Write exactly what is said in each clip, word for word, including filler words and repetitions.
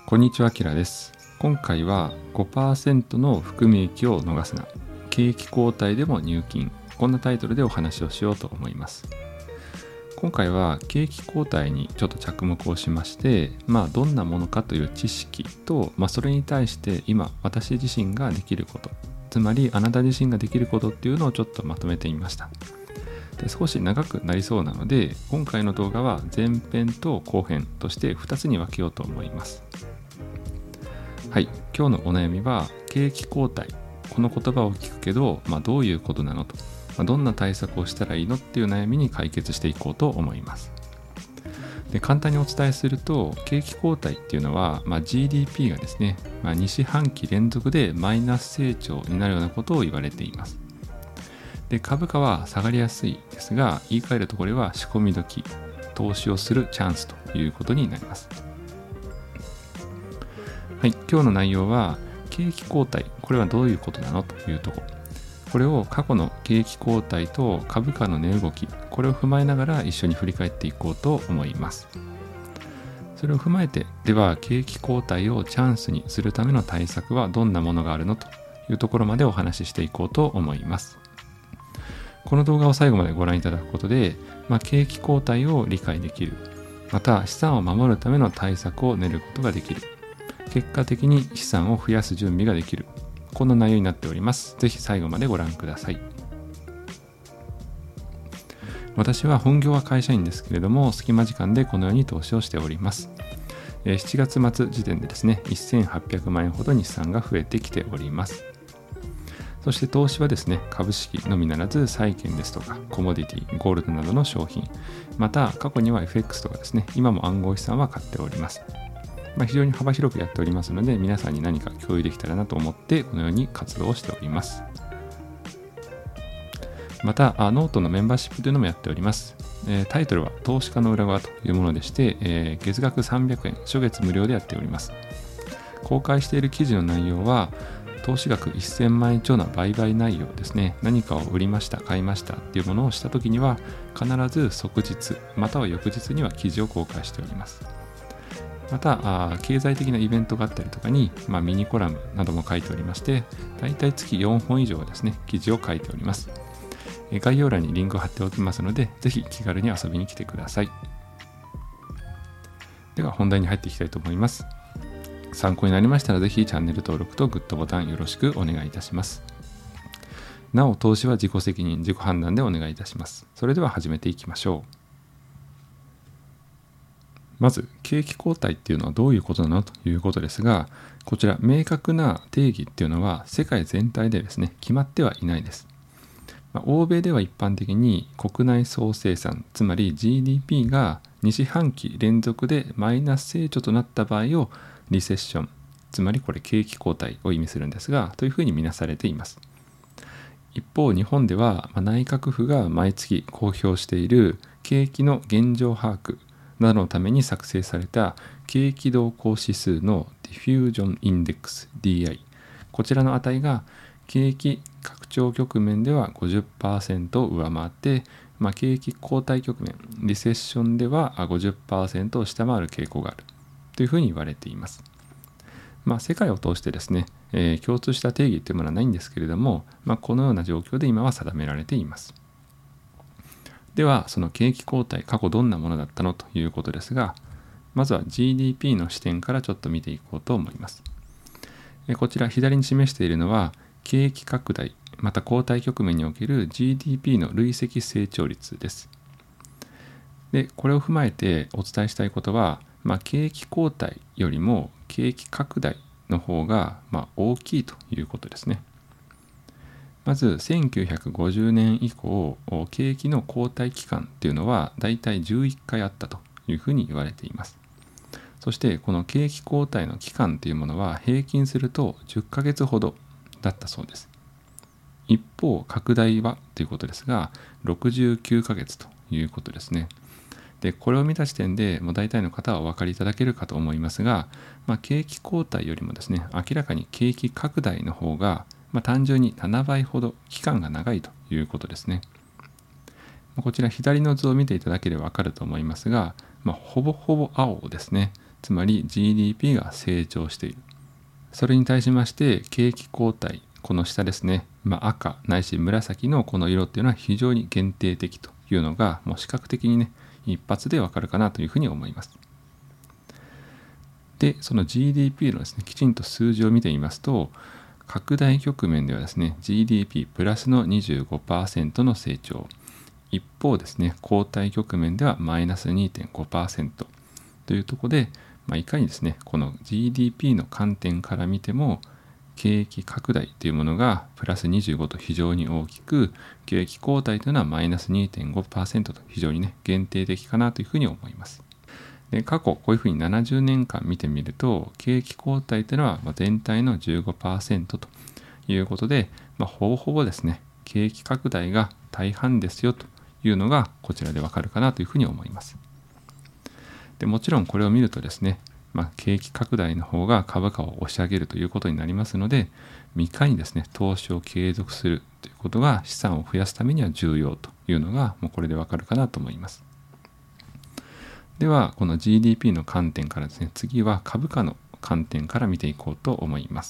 こんにちは、キラです。今回は ごパーセント の含み益を逃すな、景気後退でも入金、こんなタイトルでお話をしようと思います。今回は景気後退にちょっと着目をしまして、まあどんなものかという知識と、まあ、それに対して今私自身ができること、つまりあなた自身ができることっていうのをちょっとまとめてみました。で少し長くなりそうなので、今回の動画は前編と後編としてふたつに分けようと思います。はい、今日のお悩みは景気後退、この言葉を聞くけど、まあ、どういうことなのと、まあ、どんな対策をしたらいいのっていう悩みに解決していこうと思います。で簡単にお伝えすると、景気後退っていうのは、まあ、ジーディーピー がですね、まあ、に四半期連続でマイナス成長になるようなことを言われています。で株価は下がりやすいですが、言い換えるとこれは仕込み時、投資をするチャンスということになります。はい、今日の内容は景気後退、これはどういうことなのというところ、これを過去の景気後退と株価の値動き、これを踏まえながら一緒に振り返っていこうと思います。それを踏まえて、では景気後退をチャンスにするための対策はどんなものがあるのというところまでお話ししていこうと思います。この動画を最後までご覧いただくことで、まあ、景気後退を理解できる、また資産を守るための対策を練ることができる、結果的に資産を増やす準備ができる、こんな内容になっております。ぜひ最後までご覧ください。私は本業は会社員ですけれども、隙間時間でこのように投資をしております。しちがつ末時点でですね、せんはっぴゃくまん円ほどに資産が増えてきております。そして投資はですね、株式のみならず債券ですとかコモディティ、ゴールドなどの商品、また過去には エフエックス とかですね、今も暗号資産は買っております。まあ、非常に幅広くやっておりますので、皆さんに何か共有できたらなと思ってこのように活動をしております。またノートのメンバーシップというのもやっております。えー、タイトルは投資家の裏側というものでして、えー、月額さんびゃくえん、初月無料でやっております。公開している記事の内容は投資額せんまん円超の売買内容ですね、何かを売りました、買いましたっていうものをしたときには必ず即日または翌日には記事を公開しております。また経済的なイベントがあったりとかに、まあ、ミニコラムなども書いておりまして、だいたい月よんほん以上ですね、記事を書いております。概要欄にリンクを貼っておきますので、ぜひ気軽に遊びに来てください。では本題に入っていきたいと思います。参考になりましたらぜひチャンネル登録とグッドボタンよろしくお願いいたします。なお投資は自己責任、自己判断でお願いいたします。それでは始めていきましょう。まず景気後退っていうのはどういうことなのということですが、こちら明確な定義っていうのは世界全体でですね、決まってはいないです。まあ、欧米では一般的に国内総生産、つまり ジーディーピー がに四半期連続でマイナス成長となった場合をリセッション、つまりこれ景気後退を意味するんですが、というふうに見なされています。一方日本では内閣府が毎月公表している景気の現状把握などのために作成された景気動向指数のディフュージョンインデックス ディーアイ、 こちらの値が景気拡張局面では ごじゅっパーセント を上回って、まあ、景気後退局面リセッションでは ごじゅっパーセント を下回る傾向があるというふうに言われています。まあ、世界を通してですね、えー、共通した定義というものはないんですけれども、まあ、このような状況で今は定められています。ではその景気後退、過去どんなものだったのということですが、まずは ジーディーピー の視点からちょっと見ていこうと思います。こちら左に示しているのは景気拡大また後退局面における ジーディーピー の累積成長率です。でこれを踏まえてお伝えしたいことは、まあ、景気後退よりも景気拡大の方がまあ大きいということですね。まずせんきゅうひゃくごじゅうねん以降、景気の後退期間っていうのはだいたいじゅういっかいあったというふうに言われています。そしてこの景気後退の期間というものは平均するとじゅっかげつほどだったそうです。一方拡大はということですがろくじゅうきゅうかげつということですね。でこれを見た時点でもう大体の方はお分かりいただけるかと思いますが、まあ、景気後退よりもですね、明らかに景気拡大の方がまあ、単純にななばいほど期間が長いということですね。こちら左の図を見ていただければわかると思いますが、まあ、ほぼほぼ青ですね。 つまり ジーディーピー が成長している。それに対しまして景気後退、この下ですね、まあ、赤ないし紫のこの色っていうのは非常に限定的というのがもう視覚的にね一発でわかるかなというふうに思います。でその ジーディーピー のですねきちんと数字を見てみますと、拡大局面ではですね ジーディーピー プラスの にじゅうごパーセント の成長、一方ですね後退局面ではマイナス にてんごパーセント というところで、まあ、いかにですねこの ジーディーピー の観点から見ても景気拡大というものがプラスにじゅうごと非常に大きく、景気後退というのはマイナス にてんごパーセント と非常にね限定的かなというふうに思います。で過去こういうふうにななじゅうねんかん見てみると、景気後退というのは全体の じゅうごパーセント ということで、まあ、ほぼほぼですね景気拡大が大半ですよというのがこちらでわかるかなというふうに思います。でもちろんこれを見るとですね、まあ、景気拡大の方が株価を押し上げるということになりますので、いかにですね投資を継続するということが資産を増やすためには重要というのがもうこれでわかるかなと思います。ではこの ジーディーピー の観点からですね、次は株価の観点から見ていこうと思います。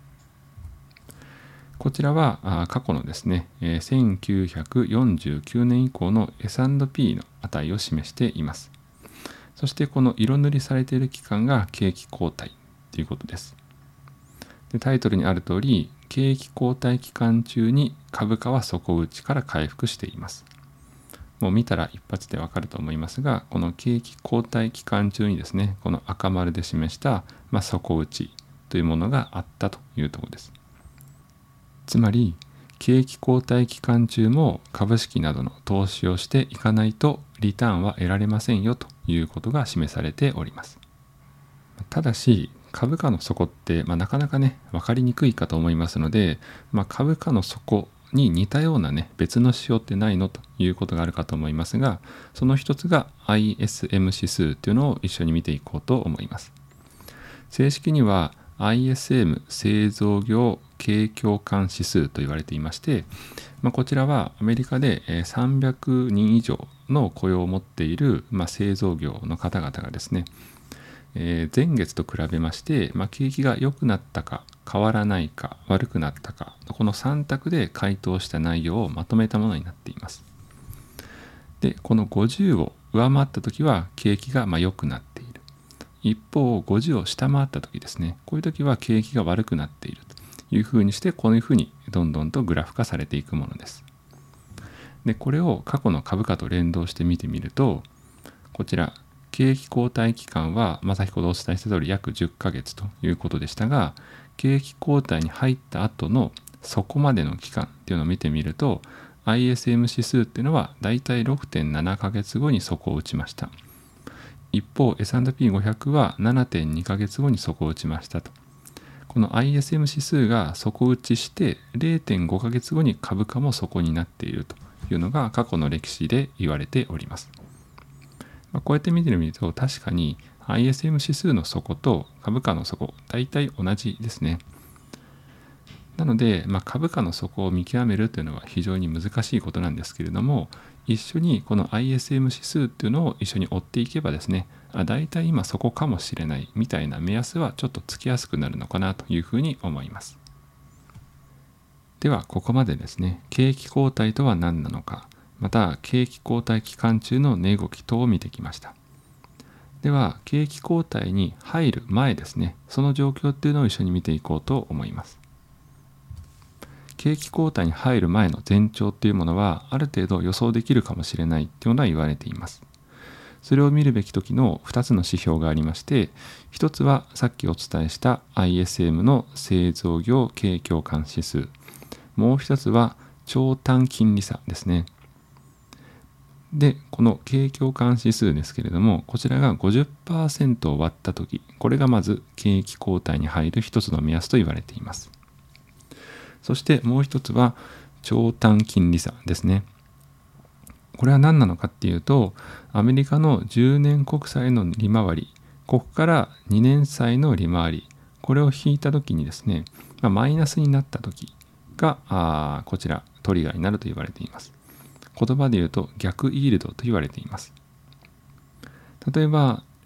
こちらは過去のですねせんきゅうひゃくよんじゅうきゅうねん以降の エスアンドピー の値を示しています。そしてこの色塗りされている期間が景気後退ということです。でタイトルにある通り、景気後退期間中に株価は底打ちから回復しています。もう見たら一発でわかると思いますが、この景気後退期間中にですね、この赤丸で示した、まあ、底打ちというものがあったというところです。つまり、景気後退期間中も株式などの投資をしていかないとリターンは得られませんよということが示されております。ただし、株価の底って、まあ、なかなかね、分かりにくいかと思いますので、まあ、株価の底に似たようなね別の指標ってないのということがあるかと思いますが、その一つが アイエスエム 指数というのを一緒に見ていこうと思います。正式には アイエスエム 製造業景況感指数と言われていまして、まあ、こちらはアメリカでさんびゃくにん以上の雇用を持っている、まあ、製造業の方々がですね、えー、前月と比べまして、まあ、景気が良くなったか変わらないか悪くなったか、このさん択で回答した内容をまとめたものになっています。でこのごじゅうを上回った時は景気がまあ良くなっている。一方ごじゅうを下回った時ですね、こういう時は景気が悪くなっているというふうにして、こういうふうにどんどんとグラフ化されていくものです。でこれを過去の株価と連動して見てみると、こちら景気後退期間は、まあ、先ほどお伝えした通り約じゅっかげつということでしたが、景気後退に入った後のそこまでの期間っていうのを見てみると、 アイエスエム 指数っていうのはだいたい ろくてんななかげつごに底を打ちました。一方 エスアンドピーごひゃく は ななてんにかげつごに底を打ちましたと。この アイエスエム 指数が底打ちして れいてんごかげつごに株価も底になっているというのが過去の歴史で言われております。まあ、こうやって見てみると確かに アイエスエム 指数の底と株価の底大体同じですね。なので、まあ、株価の底を見極めるというのは非常に難しいことなんですけれども、一緒にこの アイエスエム 指数っていうのを一緒に追っていけばですね、あ大体今そこかもしれないみたいな目安はちょっとつきやすくなるのかなというふうに思います。ではここまでですね、景気後退とは何なのか、また景気後退期間中の値動き等を見てきました。では景気後退に入る前ですね、その状況っていうのを一緒に見ていこうと思います。景気後退に入る前の前兆っていうものはある程度予想できるかもしれないっていうのは言われています。それを見るべき時のふたつの指標がありまして、ひとつはさっきお伝えした アイエスエム の製造業景況感指数、もう一つは長短金利差ですね。でこの景況感指数ですけれども、こちらが ごじゅっパーセント を割った時、これがまず景気後退に入る一つの目安と言われています。そしてもう一つは長短金利差ですね。これは何なのかっていうと、アメリカのじゅうねん国債の利回り、ここからにねん債の利回り、これを引いた時にですね、まあ、マイナスになった時があこちらトリガーになると言われています。言葉で言うと逆イールドと言われています。例えば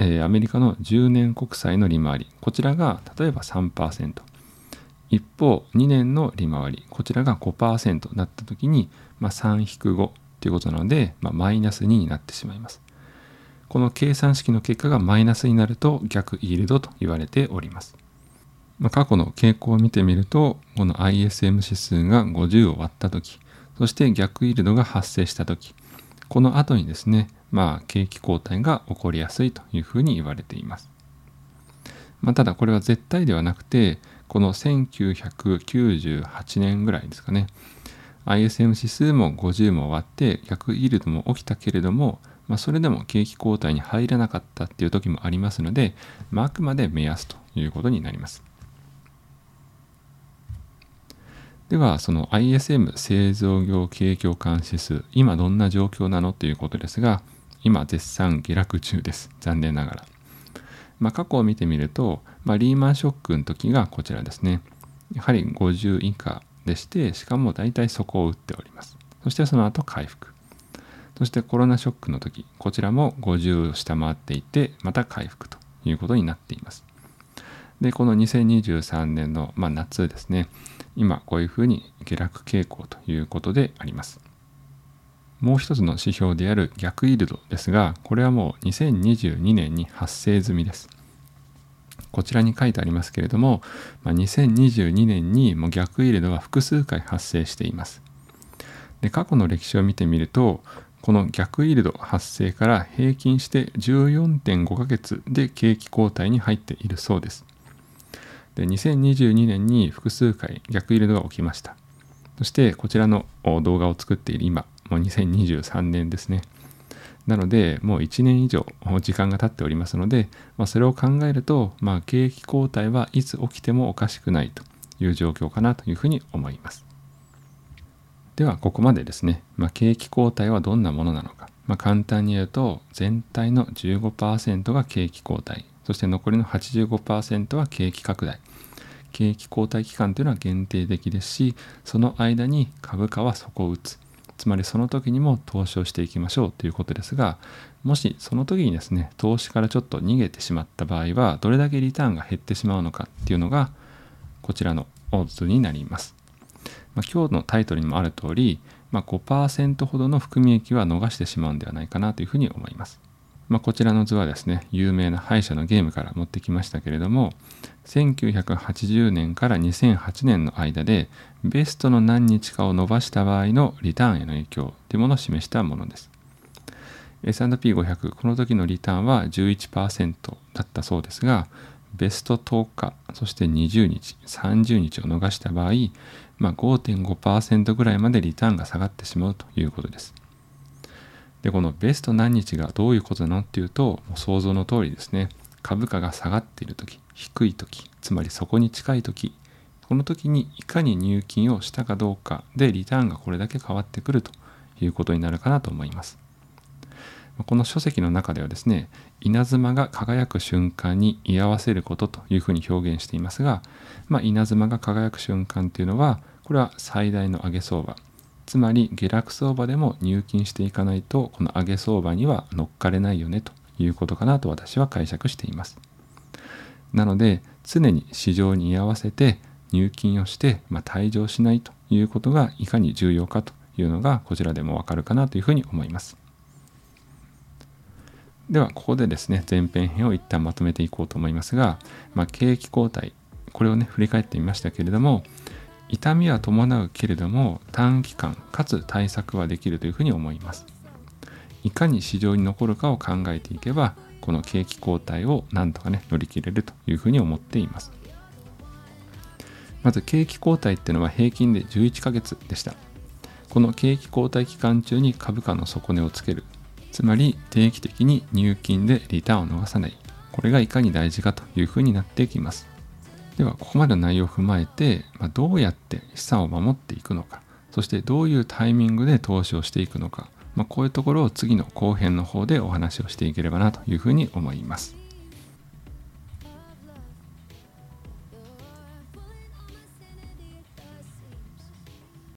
えー、アメリカのじゅうねん国債の利回り、こちらが例えば さんパーセント、一方にねんの利回り、こちらが ごパーセント だった時に、まあ、さん引くごということなので、まあ、マイナスにになってしまいます。この計算式の結果がマイナスになると逆イールドと言われております。まあ、過去の傾向を見てみると、この アイエスエム 指数がごじゅうを割ったとき、そして逆イールドが発生したとき、この後にですね、まあ景気後退が起こりやすいというふうに言われています。まあ、ただこれは絶対ではなくて、このせんきゅうひゃくきゅうじゅうはちねんぐらいですかね、アイエスエム 指数もごじゅうも割って逆イールドも起きたけれども、まあ、それでも景気後退に入らなかったっていう時もありますので、まあ、あくまで目安ということになります。ではその アイエスエム 製造業景況感指数、今どんな状況なのということですが、今絶賛下落中です。残念ながら。まあ、過去を見てみると、まあ、リーマンショックの時がこちらですね。やはりごじゅう以下でして、しかも大体底を打っております。そしてその後回復。そしてコロナショックの時、こちらもごじゅうを下回っていて、また回復ということになっています。で、このにせんにじゅうさんねんの、まあ、夏ですね。今こういうふうに下落傾向ということであります。もう一つの指標である逆イールドですが、これはもうにせんにじゅうにねんに発生済みです。こちらに書いてありますけれども、まあ、にせんにじゅうにねんにもう逆イールドは複数回発生しています。で、過去の歴史を見てみると、この逆イールド発生から平均してじゅうよんてんごかげつで景気後退に入っているそうです。で、にせんにじゅうにねんに複数回逆イールドが起きました。そしてこちらの動画を作っている今、もうにせんにじゅうさんねんですね。なので、もういちねん以上時間が経っておりますので、まあ、それを考えると、まあ、景気後退はいつ起きてもおかしくないという状況かなというふうに思います。では、ここまでですね、まあ、景気後退はどんなものなのか。まあ、簡単に言うと、全体の じゅうごパーセント が景気後退、そして残りの はちじゅうごパーセント は景気拡大。景気後退期間というのは限定的ですし、その間に株価は底を打つ。つまりその時にも投資をしていきましょうということですが、もしその時にですね、投資からちょっと逃げてしまった場合は、どれだけリターンが減ってしまうのかっていうのが、こちらのオッズになります。まあ、今日のタイトルにもある通り、まあ、ごパーセント ほどの含み益は逃してしまうんではないかなというふうに思います。まあ、こちらの図はですね、有名な敗者のゲームから持ってきましたけれども、せんきゅうひゃくはちじゅうねんからにせんはちねんの間でベストの何日かを伸ばした場合のリターンへの影響というものを示したものです。エスアンドピーごひゃく、この時のリターンは じゅういちパーセント だったそうですが、ベストとおか、そしてにじゅうにち、さんじゅうにちを逃した場合、まあ、ごてんごパーセント ぐらいまでリターンが下がってしまうということです。で、このベスト何日がどういうことなのっていうと、もう想像の通りですね、株価が下がっているとき、低いとき、つまりそこに近いとき、この時にいかに入金をしたかどうかでリターンがこれだけ変わってくるということになるかなと思います。この書籍の中ではですね、稲妻が輝く瞬間に居合わせることというふうに表現していますが、まあ、稲妻が輝く瞬間というのは、これは最大の上げ相場、つまり下落相場でも入金していかないと、この上げ相場には乗っかれないよねということかなと私は解釈しています。なので、常に市場に居合わせて入金をして、まあ、退場しないということがいかに重要かというのがこちらでもわかるかなというふうに思います。ではここでですね、前編編を一旦まとめていこうと思いますが、まあ、景気後退、これをね振り返ってみましたけれども、痛みは伴うけれども短期間かつ対策はできるというふうに思います。いかに市場に残るかを考えていけば、この景気後退をなんとかね乗り切れるというふうに思っています。まず景気後退っていうのは平均でじゅういっかげつでした。この景気後退期間中に株価の底値をつける、つまり定期的に入金でリターンを逃さない、これがいかに大事かというふうになっていきます。ではここまでの内容を踏まえて、まあ、どうやって資産を守っていくのか、そしてどういうタイミングで投資をしていくのか、まあ、こういうところを次の後編の方でお話をしていければなというふうに思います。